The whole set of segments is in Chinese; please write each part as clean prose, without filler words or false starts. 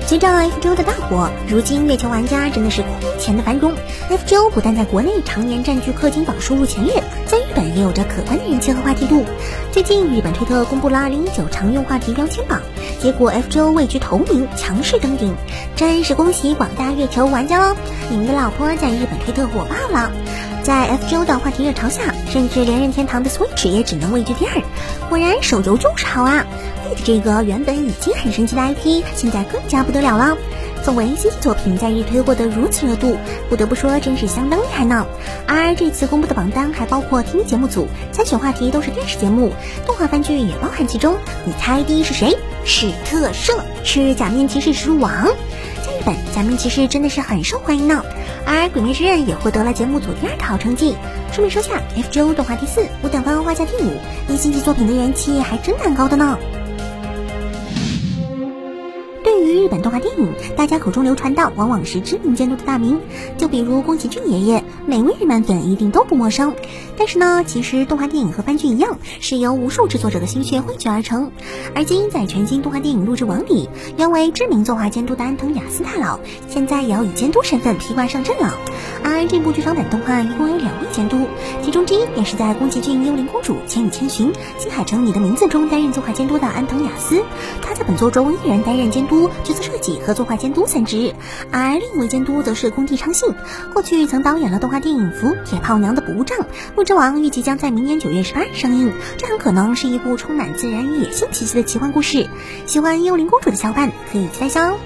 随着 FGO 的大火，如今月球玩家真的是空前的繁荣。FGO 不但在国内常年占据氪金榜收入前列，在日本也有着可观的人气和话题度。最近日本推特公布了2019常用话题标签榜，结果 FGO 位居头名，强势登顶，真是恭喜广大月球玩家喽！你们的老婆在日本推特火爆了。在 FGO 的话题热潮下，甚至连任天堂的 Switch 也只能位居第二。果然手游就是好啊！ Fate 这个原本已经很神奇的 IP， 现在更加不得了了。作为新作品在日推获得如此热度，不得不说真是相当厉害呢。而这次公布的榜单还包括 TV 节目组，参选话题都是电视节目，动画番剧也包含其中。你猜第一是谁？是特摄，是假面骑士实录王。在日本，假面骑士真的是很受欢迎呢。而鬼灭之刃也获得了节目组第2的好成绩。顺便说下 ，FGO 动画第4，五等番画下第5，一星级作品的人气还真蛮高的呢。对于日本动画电影，大家口中流传的往往是知名监督的大名，就比如宫崎骏爷爷，每位日漫粉一定都不陌生。但是呢，其实动画电影和番剧一样，是由无数制作者的心血汇聚而成。而今在全新动画电影录制网里，原为知名作画监督的安藤雅思大佬，现在也要以监督身份披挂上阵了。而这部剧场版动画一共有2位监督，其中之一便是在宫崎骏《幽灵公主》《千与千寻》《新海诚你的名字》中担任作画监督的安藤雅思，他在本作中一人担任监督、角色设计和作画监督3职，而另一位监督则是宫地昌信，过去曾导演了动画电影《福铁炮娘的不让》，《木之王》预计将在明年9月18日上映，这很可能是一部充满自然与野性气息的奇幻故事。喜欢幽灵公主的小伙伴可以期待下哦。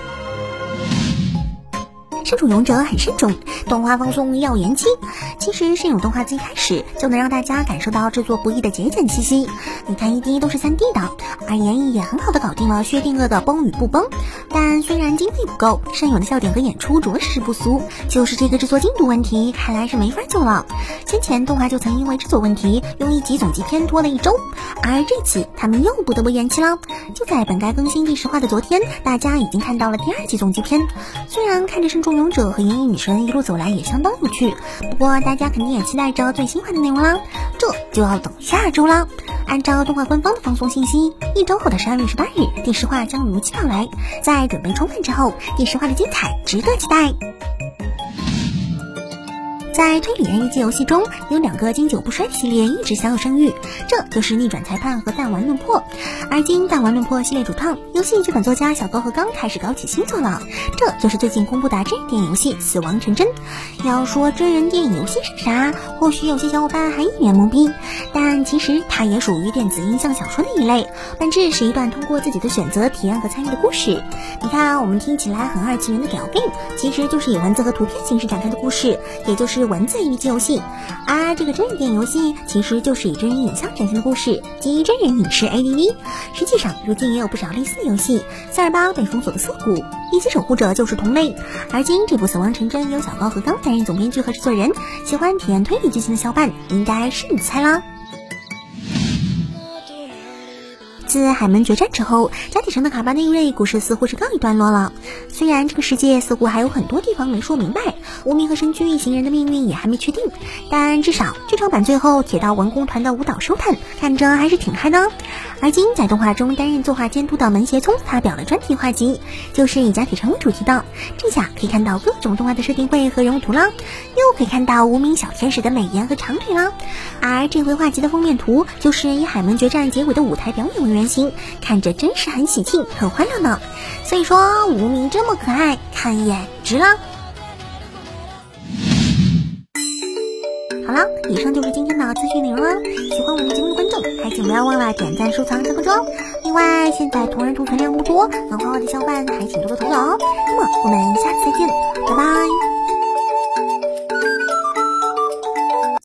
圣宠勇者很慎重，动画放送要延期。其实圣勇动画自一开始就能让大家感受到制作不易的节俭气息。你看1D 都是3D 的，而演绎也很好的搞定了薛定谔的崩与不崩。但虽然经费不够，圣勇的笑点和演出着实是不俗，就是这个制作进度问题，看来是没法救了。先前动画就曾因为制作问题用1集总集篇拖了1周，而这次他们又不得不延期了。就在本该更新第10话的昨天，大家已经看到了第2集总集篇。虽然看着圣宠勇者和银翼女神一路走来也相当有趣，不过大家肯定也期待着最新话的内容啦，这就要等下周啦。按照动画官方的放送信息，1周后的12月18日，第10话将如期到来。在准备充分之后，第10话的精彩值得期待。在推理日记游戏中，有2个经久不衰的系列一直享有声誉，这就是逆转裁判和弹丸论破。而今弹丸论破系列主创游戏剧本作家小高和刚开始搞起新作了，这就是最近公布的真人电影游戏《死亡成真》。要说真人电影游戏是啥，或许有些小伙伴还一脸懵逼，但其实它也属于电子音像小说的一类，本质是一段通过自己的选择、体验和参与的故事。你看，我们听起来很2次元的屌 game， 其实就是以文字和图片形式展开的故事，也就是文字日记游戏。而这个真人电影游戏其实就是以真人影像展现的故事，即真人影视 ADV。实际上如今也有不少类似的游戏，428被封锁的涩谷，一级守护者就是同类。而今这部死亡成真由小高和刚担任总编剧和制作人，喜欢体验推理剧情的小伙伴应该是你猜啦。自海门决战之后，甲铁城的卡巴内瑞故事似乎是告一段落了。虽然这个世界似乎还有很多地方没说明白，无名和神区一行人的命运也还没确定，但至少剧场版最后铁道文工团的舞蹈收探看着还是挺嗨的。而今在动画中担任作画监督的门胁聪发表了专题画集，就是以甲铁城为主题的，这下可以看到各种动画的设定会和人物图啦，又可以看到无名小天使的美颜和长腿啦。而这回画集的封面图就是以海门决战结尾的舞台表演为原型，看着真是很喜庆很欢乐呢。所以说无名这么可爱，看一眼值了。好了，以上就是今天的资讯内容了。喜欢我们节目的观众还请不要忘了点赞、收藏、加关注哦。另外现在同人图存量不多，能花花的小伙伴还请多多投稿哦。那么我们下次再见，拜拜。